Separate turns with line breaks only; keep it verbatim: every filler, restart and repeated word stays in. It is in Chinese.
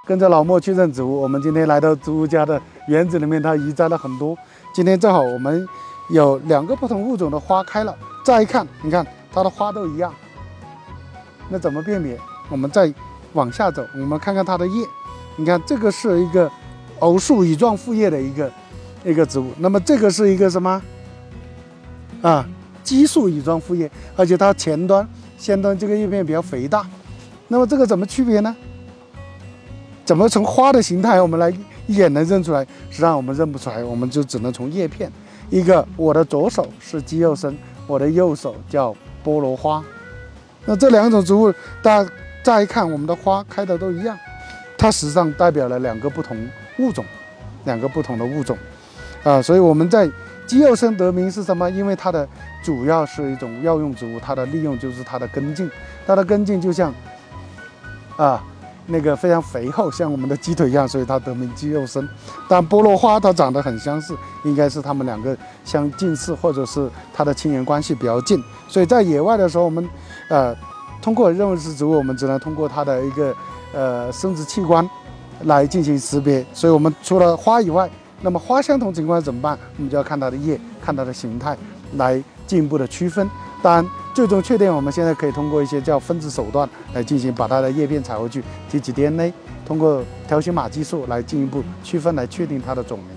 跟着老莫去认植物。我们今天来到植物家的园子里面，它移栽了很多。今天正好我们有两个不同物种的花开了，再一看，你看它的花都一样，那怎么辨别？我们再往下走，我们看看它的叶。你看这个是一个偶数羽状复叶的一个一个植物，那么这个是一个什么啊？奇数羽状复叶，而且它前端、先端这个叶片比较肥大。那么这个怎么区别呢？怎么从花的形态我们来一眼能认出来？实际上我们认不出来，我们就只能从叶片。一个我的左手是鸡肉参，我的右手叫菠萝花。那这两种植物，大家再一看，我们的花开的都一样，它实际上代表了两个不同物种，两个不同的物种啊。所以我们在鸡肉参得名是什么？因为它的主要是一种药用植物，它的利用就是它的根茎，它的根茎就像啊。那个非常肥厚，像我们的鸡腿一样，所以它得名鸡肉参。但菠萝花它长得很相似，应该是它们两个相近似，或者是它的亲缘关系比较近。所以在野外的时候，我们呃通过认识植物，我们只能通过它的一个呃生殖器官来进行识别。所以我们除了花以外，那么花相同情况怎么办？我们就要看它的叶，看它的形态，来进一步的区分。当然，最终确定我们现在可以通过一些叫分子手段来进行，把它的叶片采回去，提取 D N A， 通过条形码技术来进一步区分，来确定它的种源。